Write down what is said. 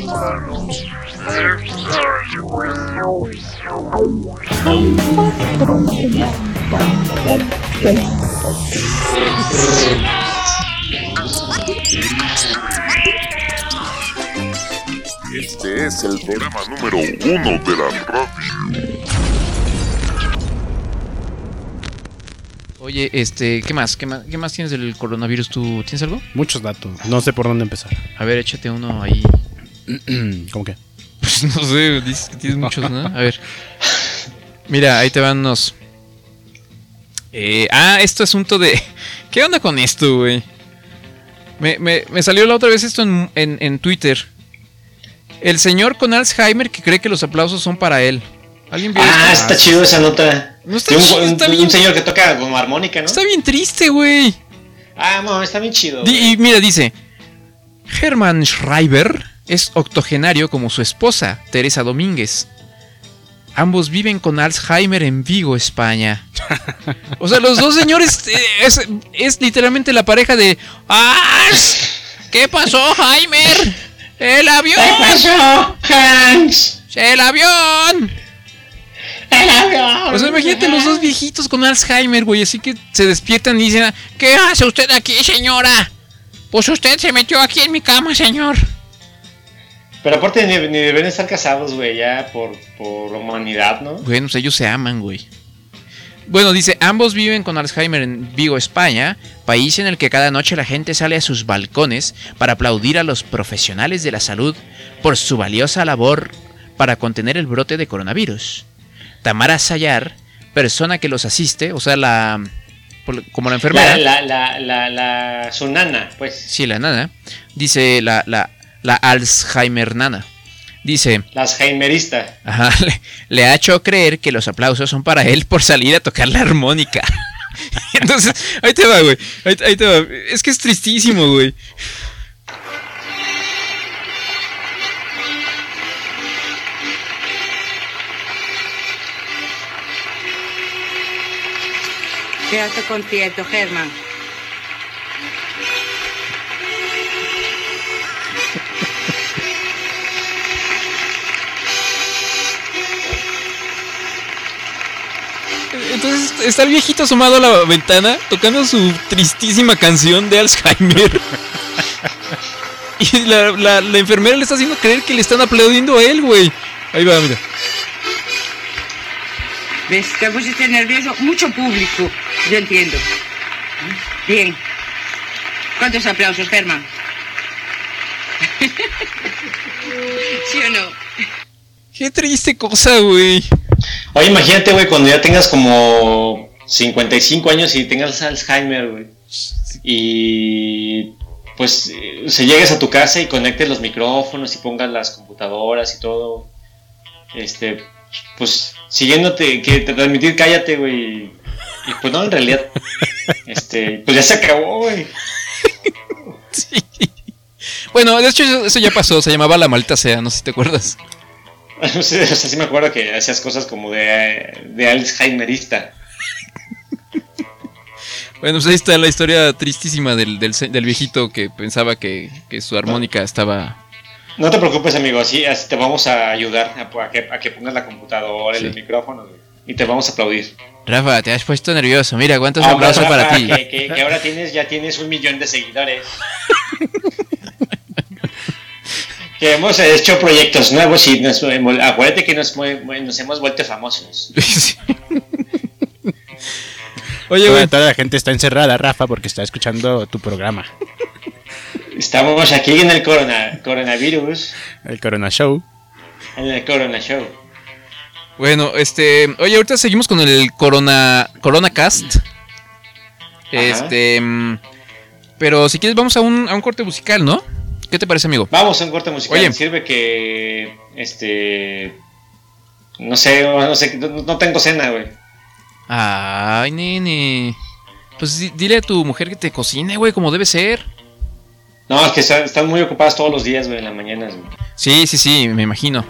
Este es el programa número 1 de la radio. Oye, ¿qué más? ¿Qué más tienes del coronavirus? ¿Tú tienes algo? Muchos datos, no sé por dónde empezar. A ver, échate uno ahí. ¿Cómo qué? Pues no sé, dices que tienes muchos, ¿no? A ver. Mira, ahí te van unos. Este asunto de... ¿Qué onda con esto, güey? Me salió la otra vez esto en Twitter. El señor con Alzheimer que cree que los aplausos son para él. ¿Alguien vio esto? Está chido esa nota. No está chido, está bien. Un señor que toca como armónica, ¿no? Está bien triste, güey. No, está bien chido. Y mira, dice: Hermann Schreiber es octogenario como su esposa, Teresa Domínguez. Ambos viven con Alzheimer en Vigo, España. O sea, los dos señores es literalmente la pareja de... ¿Qué pasó, Heimer? ¡El avión! ¿Qué pasó, Hans? ¡El avión! ¡El avión! O sea, imagínate los dos viejitos con Alzheimer, güey. Así que se despiertan y dicen: ¿qué hace usted aquí, señora? Pues usted se metió aquí en mi cama, señor. Pero aparte ni deben estar casados, güey, ya por humanidad, ¿no? Bueno, pues ellos se aman, güey. Bueno, dice: ambos viven con Alzheimer en Vigo, España, país en el que cada noche la gente sale a sus balcones para aplaudir a los profesionales de la salud por su valiosa labor para contener el brote de coronavirus. Tamara Sayar, persona que los asiste, o sea, como la enfermera. Su nana, pues. Sí, la nana. Dice la Alzheimer nana. Dice: la Alzheimerista. Ajá, le ha hecho creer que los aplausos son para él por salir a tocar la armónica. Entonces, ahí te va, güey. Ahí te va. Es que es tristísimo, güey. Quédate contento, Germán. Entonces está el viejito asomado a la ventana tocando su tristísima canción de Alzheimer. Y la enfermera le está haciendo creer que le están aplaudiendo a él, güey. Ahí va, mira. ¿Ves? Te pusiste nervioso. Mucho público. Yo entiendo. Bien. ¿Cuántos aplausos, Germán? ¿Sí o no? Qué triste cosa, güey. Oye, imagínate, güey, cuando ya tengas como 55 años y tengas Alzheimer, güey. Y pues se llegues a tu casa y conectes los micrófonos y pongas las computadoras y todo. Pues siguiéndote, que te transmitir cállate, güey. Y pues no, en realidad, pues ya se acabó, güey. Sí. Bueno, de hecho eso ya pasó, se llamaba La Maldita Sea, no sé si te acuerdas. O sea, sí me acuerdo que hacías cosas como de Alzheimerista. Bueno, pues ahí está la historia tristísima del viejito que pensaba que su armónica estaba... No te preocupes, amigo, así te vamos a ayudar a que pongas la computadora y los micrófonos, güey, y te vamos a aplaudir. Rafa, te has puesto nervioso, mira, aguantas un aplauso para ti. Que ahora ya tienes 1 millón de seguidores. Que hemos hecho proyectos nuevos y acuérdate que nos hemos vuelto famosos. Sí. Oye, güey. Toda la gente está encerrada, Rafa, porque está escuchando tu programa. Estamos aquí en el coronavirus. El Corona Show. En el Corona Show. Bueno, oye, ahorita seguimos con el Corona Cast. Pero si quieres vamos a un corte musical, ¿no? ¿Qué te parece, amigo? Vamos a un corte musical. Oye. Sirve que no sé, no tengo cena, güey. Ay, nene. Pues dile a tu mujer que te cocine, güey, como debe ser. No, es que están muy ocupadas todos los días, güey, en las mañanas, güey. Sí, me imagino.